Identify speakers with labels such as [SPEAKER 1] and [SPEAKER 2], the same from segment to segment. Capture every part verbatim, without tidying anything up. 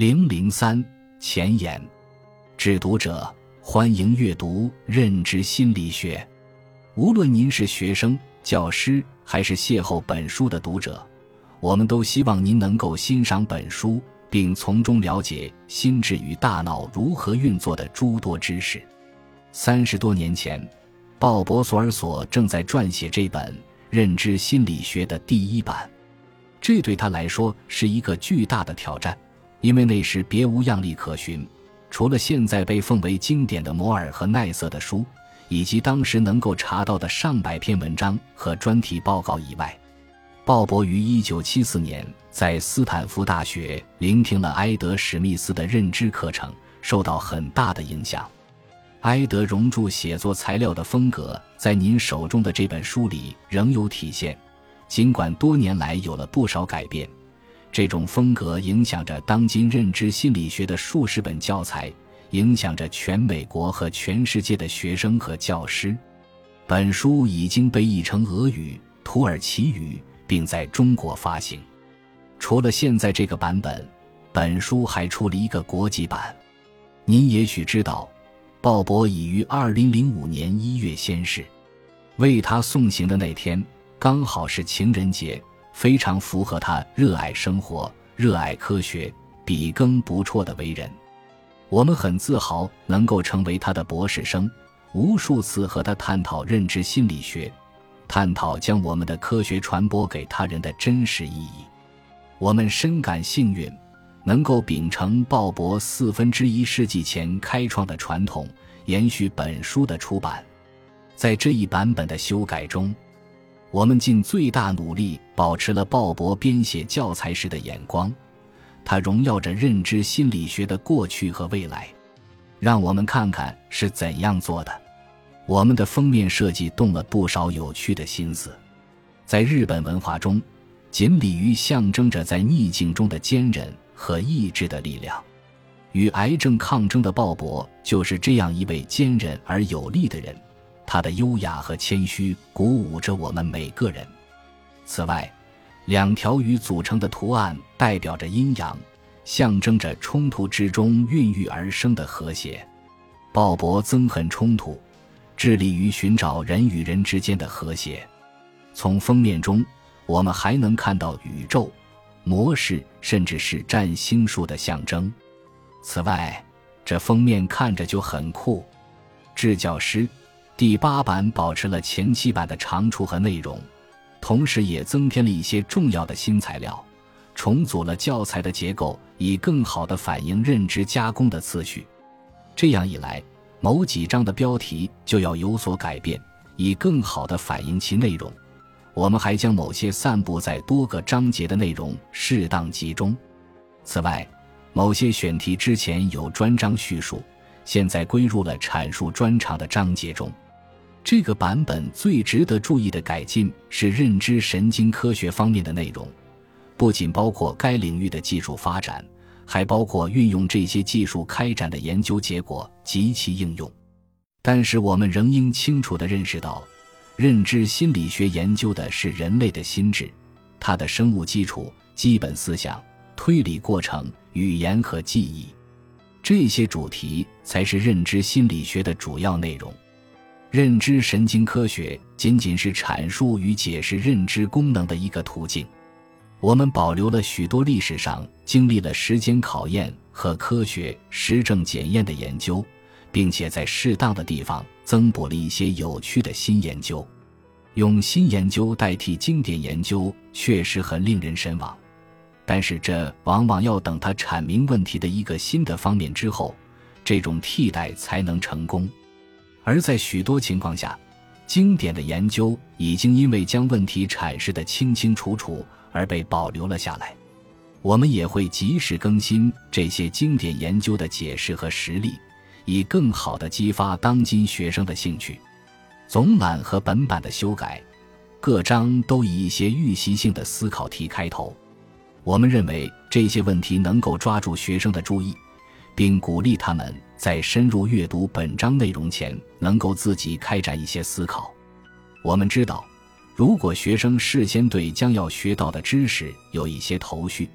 [SPEAKER 1] 零零三前言，致读者，欢迎阅读《认知心理学》。无论您是学生、教师，还是邂逅本书的读者，我们都希望您能够欣赏本书，并从中了解心智与大脑如何运作的诸多知识。三十多年前，鲍勃·索尔索正在撰写这本《认知心理学》的第一版，这对他来说是一个巨大的挑战。因为那时别无样例可循，除了现在被奉为经典的摩尔和奈瑟的书，以及当时能够查到的上百篇文章和专题报告以外，鲍勃于一九七四年在斯坦福大学聆听了埃德·史密斯的认知课程，受到很大的影响。埃德熔铸写作材料的风格在您手中的这本书里仍有体现，尽管多年来有了不少改变。这种风格影响着当今认知心理学的数十本教材，影响着全美国和全世界的学生和教师。本书已经被译成俄语、土耳其语，并在中国发行。除了现在这个版本，本书还出了一个国际版。您也许知道，鲍勃已于二零零五年一月仙逝，为他送行的那天刚好是情人节，非常符合他热爱生活、热爱科学、笔耕不辍的为人。我们很自豪能够成为他的博士生，无数次和他探讨认知心理学，探讨将我们的科学传播给他人的真实意义。我们深感幸运，能够秉承鲍勃四分之一世纪前开创的传统，延续本书的出版。在这一版本的修改中，我们尽最大努力保持了鲍勃编写教材时的眼光，他荣耀着认知心理学的过去和未来。让我们看看是怎样做的。我们的封面设计动了不少有趣的心思。在日本文化中，锦鲤鱼象征着在逆境中的坚韧和意志的力量。与癌症抗争的鲍勃就是这样一位坚韧而有力的人，他的优雅和谦虚鼓舞着我们每个人。此外，两条鱼组成的图案代表着阴阳，象征着冲突之中孕育而生的和谐。鲍勃憎恨冲突，致力于寻找人与人之间的和谐。从封面中，我们还能看到宇宙、模式，甚至是占星术的象征。此外，这封面看着就很酷。致教师第八版保持了前七版的长处和内容，同时也增添了一些重要的新材料，重组了教材的结构，以更好地反映认知加工的次序。这样一来，某几章的标题就要有所改变，以更好地反映其内容。我们还将某些散布在多个章节的内容适当集中。此外，某些选题之前有专章叙述，现在归入了阐述专长的章节中。这个版本最值得注意的改进是认知神经科学方面的内容，不仅包括该领域的技术发展，还包括运用这些技术开展的研究结果及其应用。但是我们仍应清楚地认识到，认知心理学研究的是人类的心智，它的生物基础、基本思想、推理过程、语言和记忆，这些主题才是认知心理学的主要内容。认知神经科学仅仅是阐述与解释认知功能的一个途径。我们保留了许多历史上经历了时间考验和科学实证检验的研究，并且在适当的地方增补了一些有趣的新研究。用新研究代替经典研究确实很令人神往，但是这往往要等它阐明问题的一个新的方面之后，这种替代才能成功。而在许多情况下，经典的研究已经因为将问题阐释得清清楚楚而被保留了下来。我们也会及时更新这些经典研究的解释和实例，以更好地激发当今学生的兴趣。总览和本版的修改，各章都以一些预习性的思考题开头。我们认为这些问题能够抓住学生的注意，并鼓励他们在深入阅读本章内容前能够自己开展一些思考。我们知道，如果学生事先对将要学到的知识有一些头绪，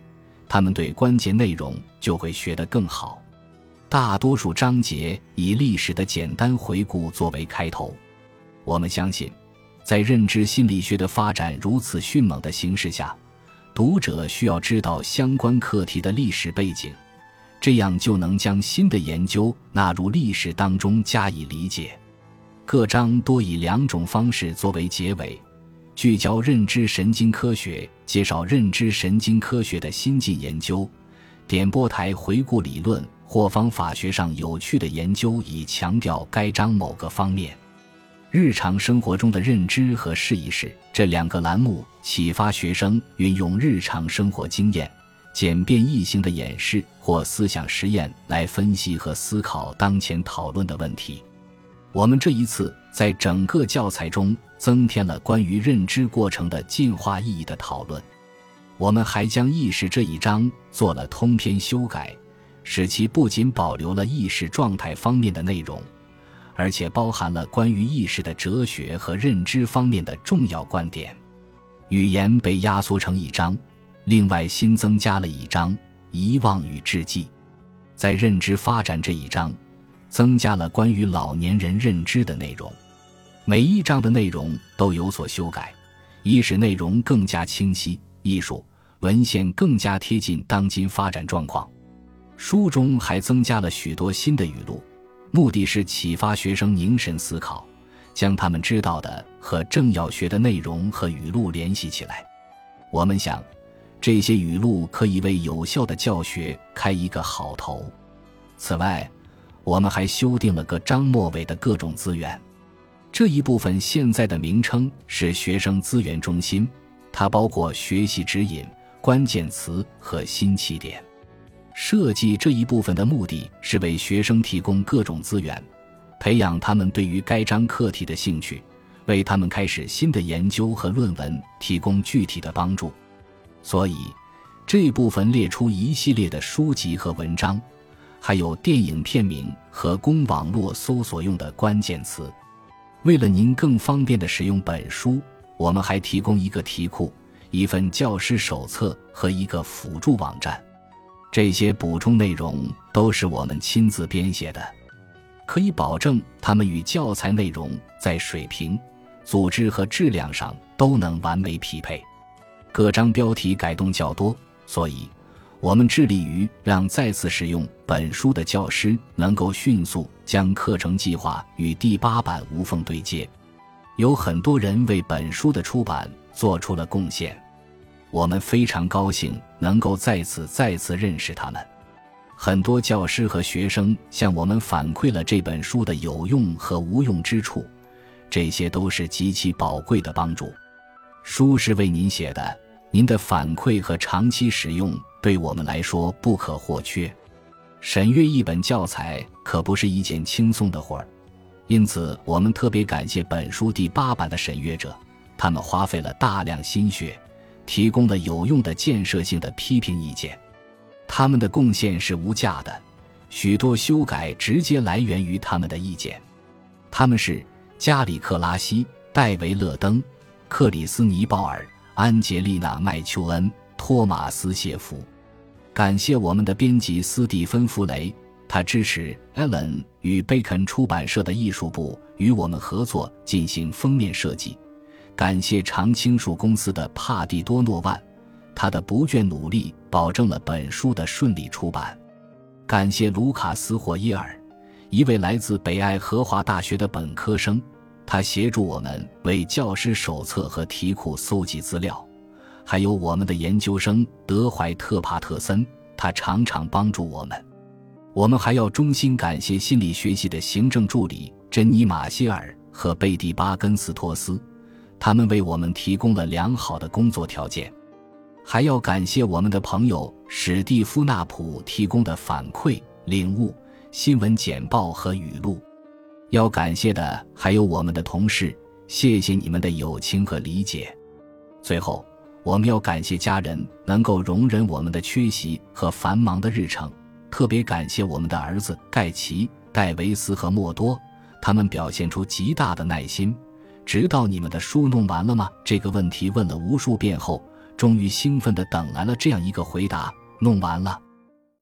[SPEAKER 1] 他们对关键内容就会学得更好。大多数章节以历史的简单回顾作为开头。我们相信，在认知心理学的发展如此迅猛的形势下，读者需要知道相关课题的历史背景，这样就能将新的研究纳入历史当中加以理解。各章多以两种方式作为结尾，聚焦认知神经科学，介绍认知神经科学的新进研究，点拨台回顾理论或方法学上有趣的研究，以强调该章某个方面。日常生活中的认知和试一试这两个栏目启发学生运用日常生活经验，简便易行的演示或思想实验来分析和思考当前讨论的问题。我们这一次在整个教材中增添了关于认知过程的进化意义的讨论。我们还将意识这一章做了通篇修改，使其不仅保留了意识状态方面的内容，而且包含了关于意识的哲学和认知方面的重要观点。语言被压缩成一章，另外新增加了一章遗忘与志记。在认知发展这一章增加了关于老年人认知的内容，每一章的内容都有所修改，以使内容更加清晰，艺术文献更加贴近当今发展状况。书中还增加了许多新的语录，目的是启发学生凝神思考，将他们知道的和正要学的内容和语录联系起来。我们想，这些语录可以为有效的教学开一个好头。此外，我们还修订了各章末尾的各种资源。这一部分现在的名称是学生资源中心，它包括学习指引、关键词和新起点。设计这一部分的目的是为学生提供各种资源，培养他们对于该章课题的兴趣，为他们开始新的研究和论文提供具体的帮助。所以，这部分列出一系列的书籍和文章，还有电影片名和供网络搜索用的关键词。为了您更方便地使用本书，我们还提供一个题库、一份教师手册和一个辅助网站。这些补充内容都是我们亲自编写的，可以保证它们与教材内容在水平、组织和质量上都能完美匹配。各章标题改动较多，所以我们致力于让再次使用本书的教师能够迅速将课程计划与第八版无缝对接。有很多人为本书的出版做出了贡献，我们非常高兴能够再次再次认识他们。很多教师和学生向我们反馈了这本书的有用和无用之处，这些都是极其宝贵的帮助。书是为您写的，您的反馈和长期使用对我们来说不可或缺。审阅一本教材可不是一件轻松的活儿，因此我们特别感谢本书第八版的审阅者，他们花费了大量心血，提供了有用的建设性的批评意见。他们的贡献是无价的，许多修改直接来源于他们的意见。他们是加里克拉西、戴维勒登、克里斯尼鲍尔、安杰丽娜麦丘恩、托马斯谢夫。感谢我们的编辑斯蒂芬弗雷，他支持 Allen 与贝肯出版社的艺术部与我们合作进行封面设计。感谢长青树公司的帕蒂多诺万，他的不倦努力保证了本书的顺利出版。感谢卢卡斯霍耶尔，一位来自北爱荷华大学的本科生，他协助我们为教师手册和题库搜集资料。还有我们的研究生德怀特帕特森，他常常帮助我们。我们还要衷心感谢心理学系的行政助理珍妮马歇尔和贝蒂巴根斯托斯，他们为我们提供了良好的工作条件。还要感谢我们的朋友史蒂夫纳普提供的反馈、领悟、新闻简报和语录。要感谢的还有我们的同事，谢谢你们的友情和理解。最后，我们要感谢家人能够容忍我们的缺席和繁忙的日程，特别感谢我们的儿子盖奇、戴维斯和莫多，他们表现出极大的耐心，直到你们的书弄完了吗？这个问题问了无数遍后，终于兴奋地等来了这样一个回答： 弄完了。